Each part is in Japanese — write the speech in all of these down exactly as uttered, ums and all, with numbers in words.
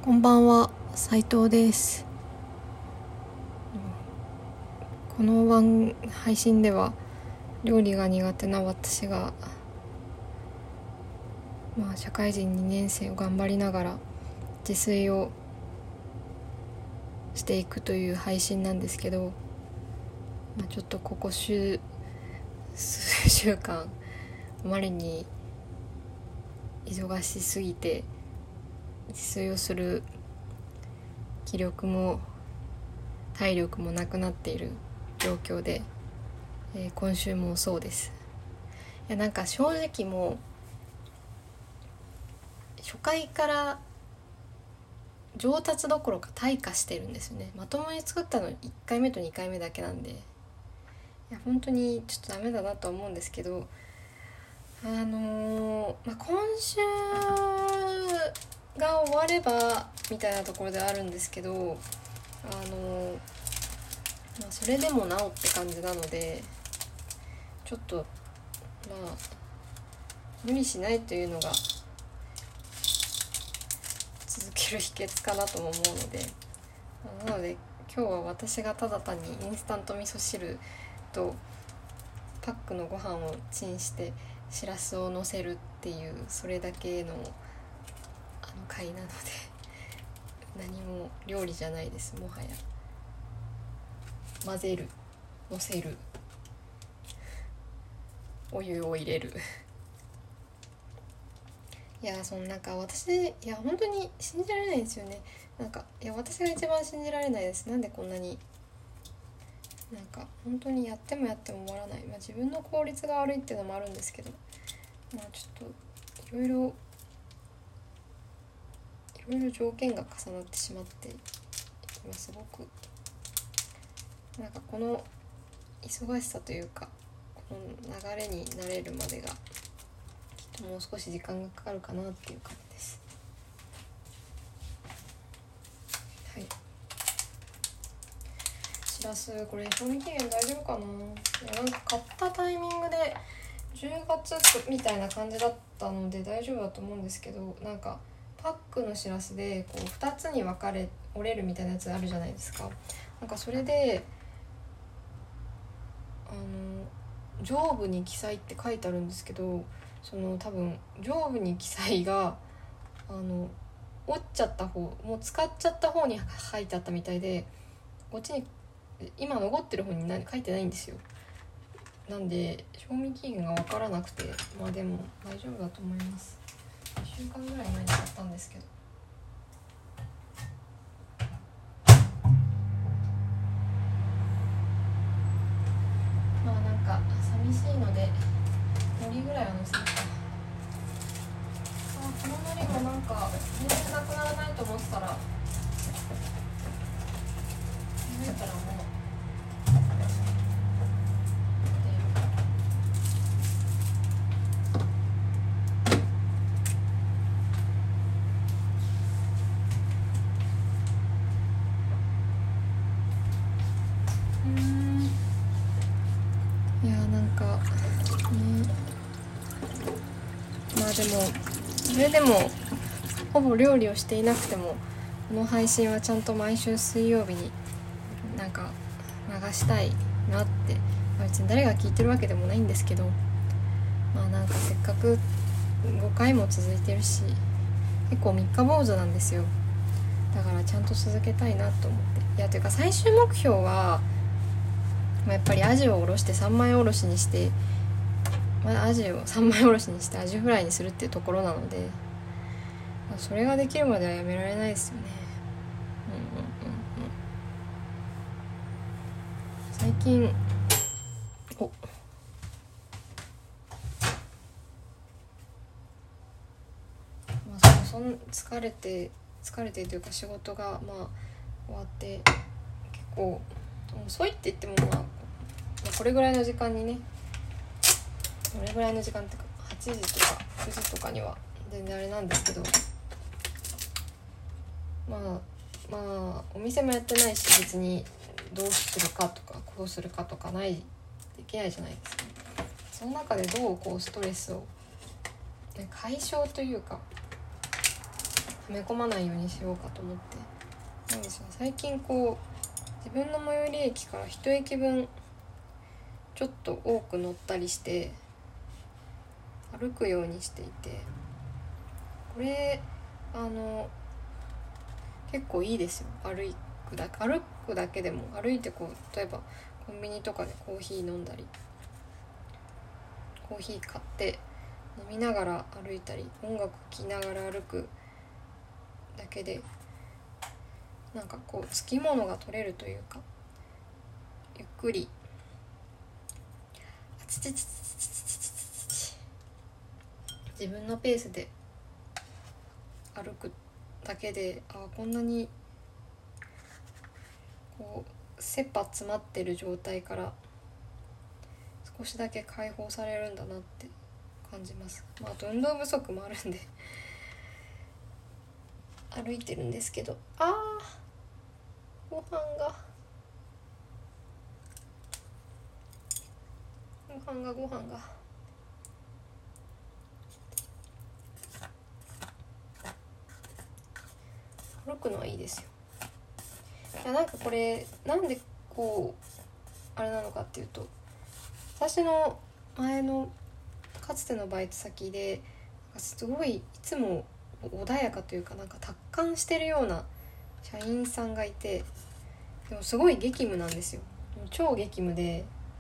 こんばんは、斉藤です。この番配信では料理が苦手な私が、まあ、社会人にねん生を頑張りながら自炊をしていくという配信なんですけど、まあ、ちょっとここ週数週間あまりに忙しすぎて自炊をする気力も体力もなくなっている状況で、えー、今週もそうです。いやなんか正直もう初回から上達どころか退化してるんですよね。まともに作ったのいっかいめとにかいめだけなんで、いや本当にちょっとダメだなと思うんですけど、あのーまあ、今週が終わればみたいなところではあるんですけど、あのーまあ、それでもなおって感じなので、ちょっとまあ無理しないというのが続ける秘訣かなとも思うので、なので今日は私がただ単にインスタント味噌汁とパックのご飯をチンしてしらすを乗せるっていう、それだけのあの回なので何も料理じゃないです。もはや混ぜる、乗せる、お湯を入れるいやそのなんか私いや本当に信じられないですよね。なんかいや私が一番信じられないです。なんでこんなになんか本当にやってもやっても終わらない。まあ自分の効率が悪いっていうのもあるんですけど、まあちょっといろいろいろいろ条件が重なってしまって今すごくなんかこの忙しさというかこの流れに慣れるまでがきっともう少し時間がかかるかなっていう感じです。はい。しらすこれ賞味期限大丈夫かな。いやなんか買ったタイミングでじゅうがつみたいな感じだったので大丈夫だと思うんですけど、なんかパックのしらすでこうふたつに分かれ折れるみたいなやつあるじゃないですか。なんかそれであの上部に記載って書いてあるんですけど、その多分上部に記載があの折っちゃった方、もう使っちゃった方に書いてあったみたいで、こっちに今残ってる方に書いてないんですよ。なんで賞味期限が分からなくて、まあでも大丈夫だと思います。いっしゅうかんぐらい前に買ったんですけど、まあなんか寂しいので海苔ぐらいは乗せるか。あこの海苔もなんか全然なくならないと思ってたら気づいたらもういやなんか、ね、まあでもそれでもほぼ料理をしていなくてもこの配信はちゃんと毎週水曜日になんか流したいなって、まあ、別に誰が聞いてるわけでもないんですけど、まあなんかせっかくごかいも続いてるし結構三日坊主なんですよ。だからちゃんと続けたいなと思って、いやというか最終目標はやっぱりアジをおろしてさんまいおろしにして、まあ、アジをさんまいおろしにしてアジフライにするっていうところなので、それができるまではやめられないですよね。うんうんうんうん。最近おまあその疲れて疲れてというか仕事がまあ終わって結構遅いって言ってもまあこれぐらいの時間にね、これぐらいの時間ってかはちじとかくじとかには全然あれなんですけど、まあまあお店もやってないし別にどうするかとかこうするかとかないできないじゃないですか。その中でどうこうストレスを解消というか溜め込まないようにしようかと思ってなんですよ。最近こう自分の最寄り駅から一駅分ちょっと多く乗ったりして歩くようにしていて、これあの結構いいですよ。歩くだけ歩くだけでも、歩いてこう例えばコンビニとかでコーヒー飲んだりコーヒー買って飲みながら歩いたり音楽聴きながら歩くだけでなんかこうつきものが取れるというか、ゆっくりあちちちちちちちち自分のペースで歩くだけで、あこんなにこう切羽詰まってる状態から少しだけ解放されるんだなって感じます。まあ、あと運動不足もあるんで歩いてるんですけど、あーご飯がご飯がご飯が歩くのはいいですよ。いやなんかこれなんでこうあれなのかっていうと、私の前のかつてのバイト先ですごいいつも穏やかというかなんか達観してるような社員さんがいて、でもすごい激務なんですよ。超激務で、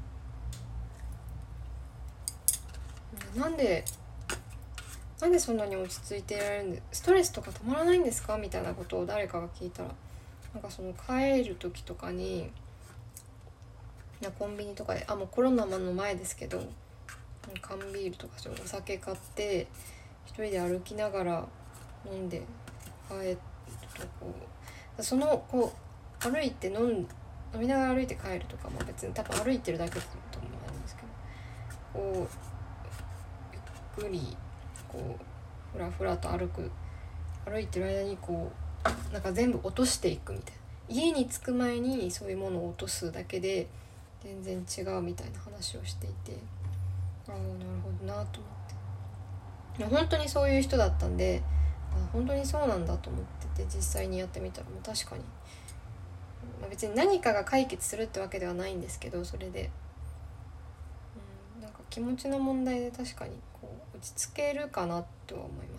なんでなんでそんなに落ち着いていられるんで、ストレスとか止まらないんですかみたいなことを誰かが聞いたら、なんかその帰る時とかにコンビニとかで、あもうコロナの前ですけど缶ビールとかそういうお酒買って一人で歩きながら飲んで帰るとこうそのこう歩いて飲ん飲みながら歩いて帰るとかも別に多分歩いてるだけだと思うんですけど、こうゆっくりこうふらふらと歩く歩いてる間にこうなんか全部落としていくみたいな、家に着く前にそういうものを落とすだけで全然違うみたいな話をしていて、ああなるほどなと思って、いや本当にそういう人だったんで、あ本当にそうなんだと思ってて、実際にやってみたらもう確かに、まあ、別に何かが解決するってわけではないんですけど、それで、うん、なんか気持ちの問題で確かにこう落ち着けるかなとは思います。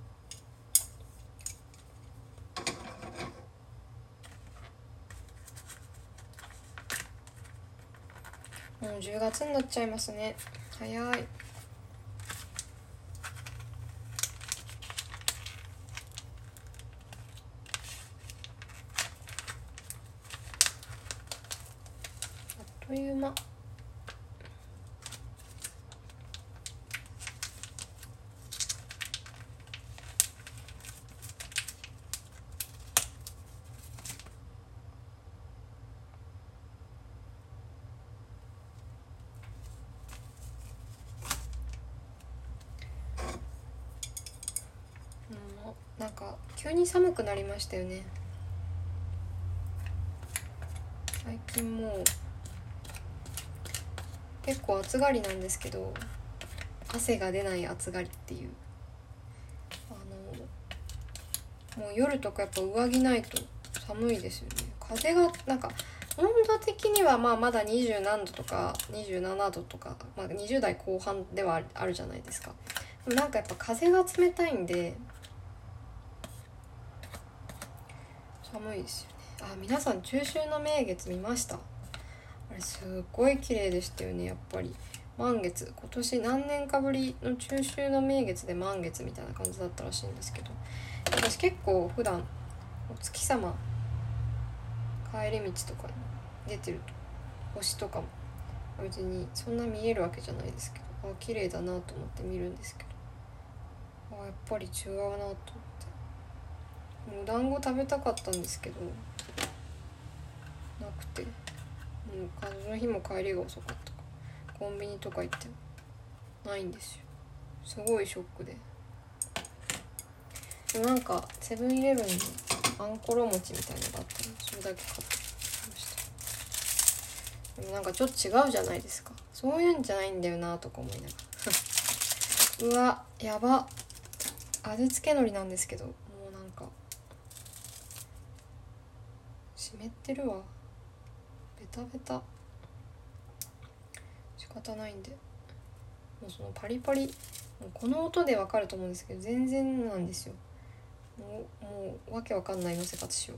もうじゅうがつになっちゃいますね。早い。あっという間。なんか急に寒くなりましたよね。最近もう結構暑がりなんですけど、汗が出ない暑がりっていう、あのもう夜とかやっぱ上着ないと寒いですよね。風がなんか温度的にはまあまだにじゅうなんどとかにじゅうななどとか、まあ、にじゅう代後半ではあるじゃないですか。でもなんかやっぱ風が冷たいんで寒いですよね。あ、皆さん中秋の名月見ました？あれすっごい綺麗でしたよね。やっぱり満月、今年何年かぶりの中秋の名月で満月みたいな感じだったらしいんですけど、私結構普段お月様帰り道とかに出てると星とかも別にそんな見えるわけじゃないですけど、あ綺麗だなと思って見るんですけど、あやっぱり違うなと思って、もう団子食べたかったんですけどなくて、もうその日も帰りが遅かったからコンビニとか行ってもないんですよ。すごいショックで。でもなんかセブンイレブンにあんころ餅みたいなのがあったのでそれだけ買ってました。でもなんかちょっと違うじゃないですか。そういうんじゃないんだよなとか思いながらうわやば味付け海苔なんですけど、もうなんか湿ってるわ、ベタベタ。仕方ないんで、もうそのパリパリ、もうこの音でわかると思うんですけど全然なんですよ。もう、もうわけわかんない乗せ方しよう。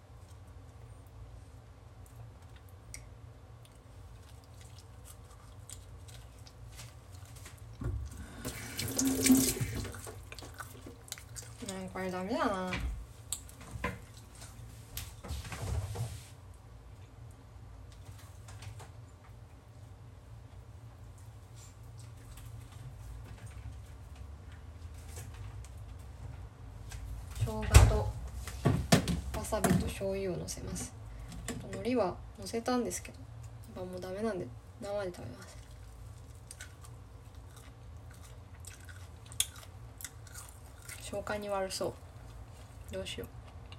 うん、これダメだな。生姜とわさびと醤油をのせます。ちょっと海苔はのせたんですけど今もうダメなんで生で食べます。消化に悪そう、どうしよう。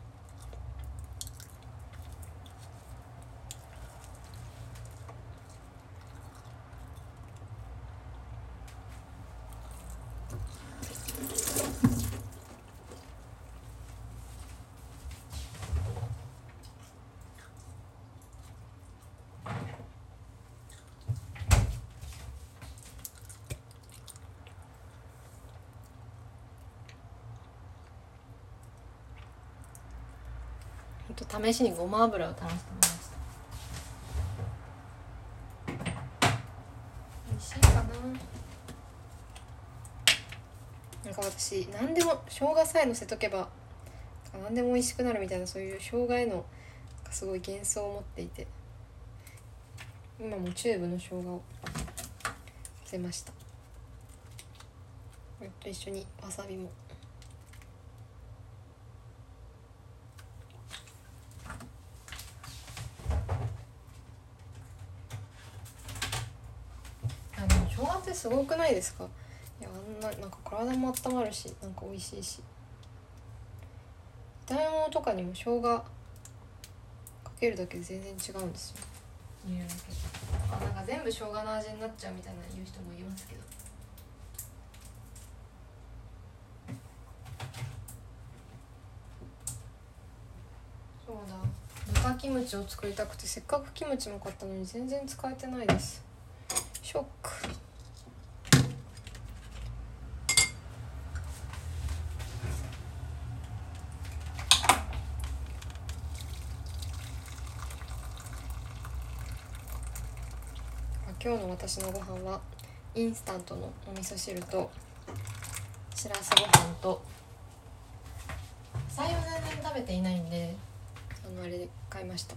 と試しにごま油を垂らしてみました。美味しいかな。なんか私何でも生姜さえのせとけば何でも美味しくなるみたいな、そういう生姜へのすごい幻想を持っていて、今もチューブの生姜をのせました。これと一緒にわさびも。生姜ってすごくないですか？いや、あんな、なんか体も温まるし、なんか美味しいし、炒め物とかにも生姜かけるだけで全然違うんですよ。入れるだけで。あ、なんか全部生姜の味になっちゃうみたいな言う人もいますけど、そうだ、豚キムチを作りたくてせっかくキムチも買ったのに全然使えてないです。ショック。今日の私のご飯はインスタントのお味噌汁としらすご飯と、野菜を全然食べていないんであのあれで買いました。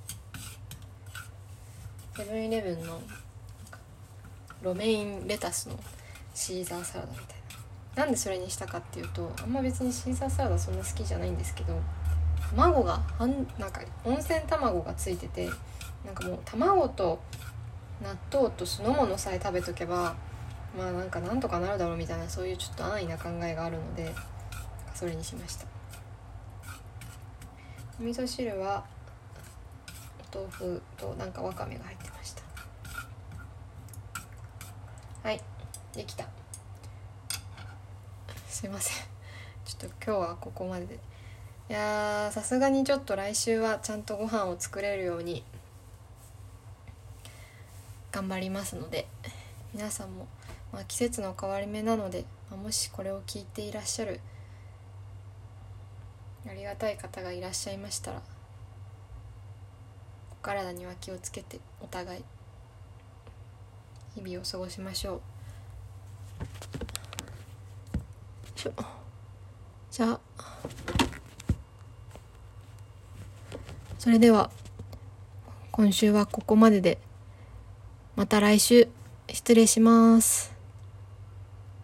セブンイレブンのロメインレタスのシーザーサラダみたいな。なんでそれにしたかっていうと、あんま別にシーザーサラダそんな好きじゃないんですけど、卵がなんか温泉卵がついてて、なんかもう卵と納豆と酢の物さえ食べとけばまあなんかなんとかなるだろうみたいな、そういうちょっと安易な考えがあるのでそれにしました。お味噌汁はお豆腐となんかわかめが入ってました。はい、できた。すいません、ちょっと今日はここまでで。いやー、さすがにちょっと来週はちゃんとご飯を作れるように頑張りますので、皆さんも、まあ、季節の変わり目なので、まあ、もしこれを聞いていらっしゃるありがたい方がいらっしゃいましたら、お体には気をつけてお互い日々を過ごしましょう。しょじゃあそれでは今週はここまでで、また来週失礼します。